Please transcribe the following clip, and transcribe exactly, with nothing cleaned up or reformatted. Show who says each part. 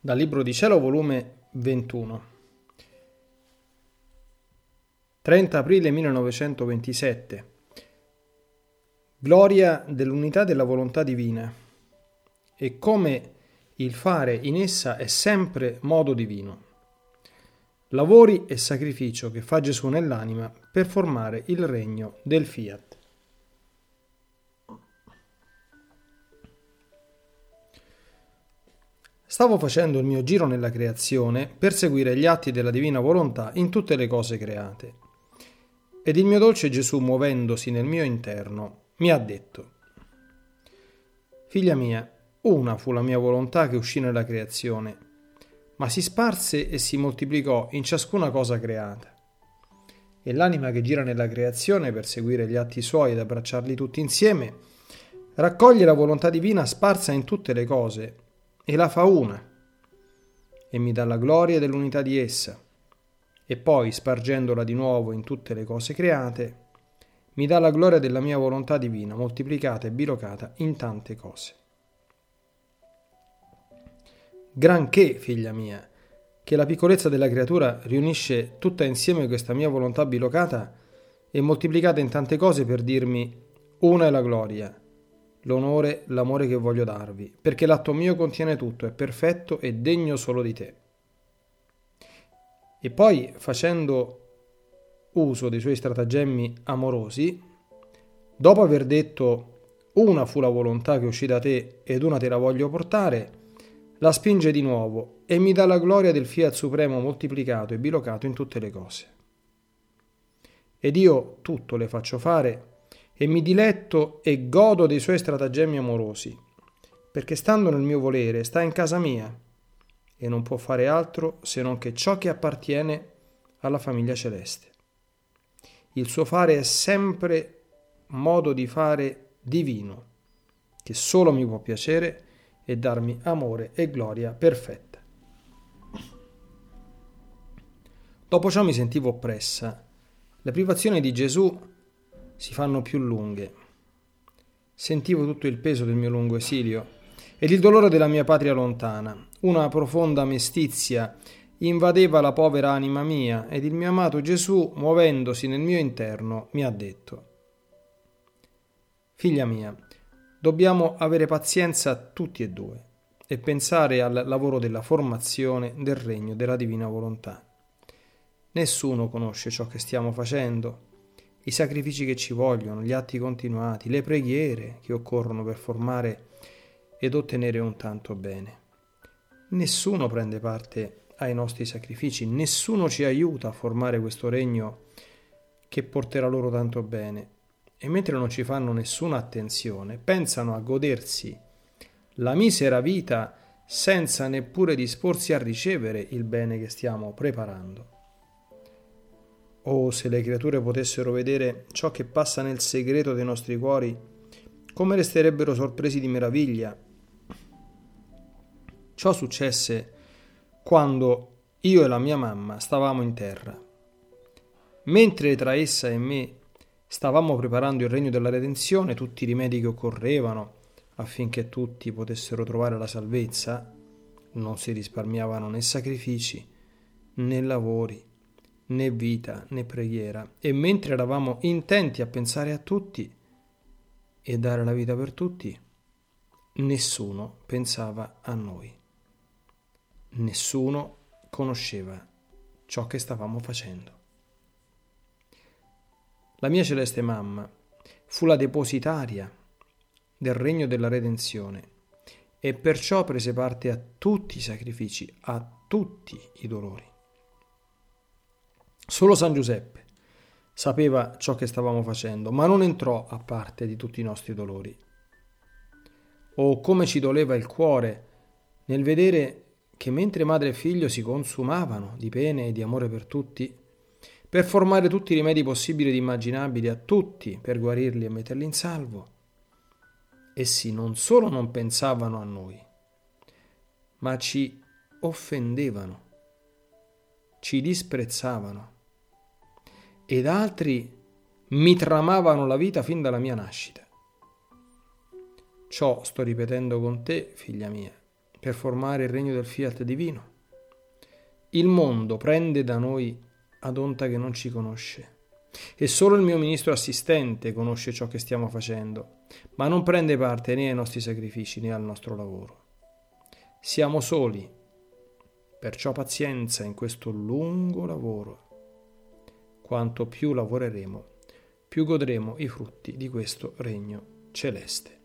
Speaker 1: Dal Libro di Cielo, volume ventuno, trenta aprile millenovecentoventisette. Gloria dell'unità della volontà divina e come il fare in essa è sempre modo divino. Lavori e sacrificio che fa Gesù nell'anima per formare il regno del Fiat. Stavo facendo il mio giro nella creazione per seguire gli atti della divina volontà in tutte le cose create. Ed il mio dolce Gesù, muovendosi nel mio interno, mi ha detto: Figlia mia, una fu la mia volontà che uscì nella creazione, ma si sparse e si moltiplicò in ciascuna cosa creata. E l'anima che gira nella creazione per seguire gli atti suoi ed abbracciarli tutti insieme, raccoglie la volontà divina sparsa in tutte le cose e la fa una, e mi dà la gloria dell'unità di essa, e poi, spargendola di nuovo in tutte le cose create, mi dà la gloria della mia volontà divina, moltiplicata e bilocata in tante cose. Granché, figlia mia, che la piccolezza della creatura riunisce tutta insieme questa mia volontà bilocata e moltiplicata in tante cose per dirmi: una è la gloria, l'onore, l'amore che voglio darvi, perché l'atto mio contiene tutto, è perfetto e degno solo di te. E poi, facendo uso dei suoi stratagemmi amorosi, dopo aver detto una fu la volontà che uscì da te ed una te la voglio portare, la spinge di nuovo e mi dà la gloria del Fiat Supremo moltiplicato e bilocato in tutte le cose. Ed io tutto le faccio fare e mi diletto e godo dei suoi stratagemmi amorosi, perché stando nel mio volere sta in casa mia e non può fare altro se non che ciò che appartiene alla famiglia celeste. Il suo fare è sempre modo di fare divino, che solo mi può piacere e darmi amore e gloria perfetta. Dopo ciò mi sentivo oppressa. Le privazioni di Gesù si fanno più lunghe. Sentivo tutto il peso del mio lungo esilio ed il dolore della mia patria lontana. Una profonda mestizia invadeva la povera anima mia ed il mio amato Gesù, muovendosi nel mio interno, mi ha detto: Figlia mia, dobbiamo avere pazienza tutti e due e pensare al lavoro della formazione del regno della divina volontà. Nessuno conosce ciò che stiamo facendo, i sacrifici che ci vogliono, gli atti continuati, le preghiere che occorrono per formare ed ottenere un tanto bene. Nessuno prende parte ai nostri sacrifici, nessuno ci aiuta a formare questo regno che porterà loro tanto bene. E mentre non ci fanno nessuna attenzione, pensano a godersi la misera vita senza neppure disporsi a ricevere il bene che stiamo preparando. Oh, se le creature potessero vedere ciò che passa nel segreto dei nostri cuori, come resterebbero sorpresi di meraviglia. Ciò successe quando io e la mia mamma stavamo in terra. Mentre tra essa e me stavamo preparando il regno della redenzione, tutti i rimedi che occorrevano affinché tutti potessero trovare la salvezza, non si risparmiavano né sacrifici, né lavori, né vita, né preghiera. E mentre eravamo intenti a pensare a tutti e dare la vita per tutti, nessuno pensava a noi. Nessuno conosceva ciò che stavamo facendo. La mia celeste mamma fu la depositaria del regno della redenzione e perciò prese parte a tutti i sacrifici, a tutti i dolori. Solo San Giuseppe sapeva ciò che stavamo facendo, ma non entrò a parte di tutti i nostri dolori. Oh, come ci doleva il cuore nel vedere che mentre madre e figlio si consumavano di pene e di amore per tutti, per formare tutti i rimedi possibili ed immaginabili a tutti per guarirli e metterli in salvo, essi non solo non pensavano a noi, ma ci offendevano, ci disprezzavano, ed altri mi tramavano la vita fin dalla mia nascita. Ciò sto ripetendo con te, figlia mia, per formare il regno del fiat divino. Il mondo prende da noi ad onta che non ci conosce, e solo il mio ministro assistente conosce ciò che stiamo facendo, ma non prende parte né ai nostri sacrifici né al nostro lavoro. Siamo soli, perciò pazienza in questo lungo lavoro. Quanto più lavoreremo, più godremo i frutti di questo regno celeste.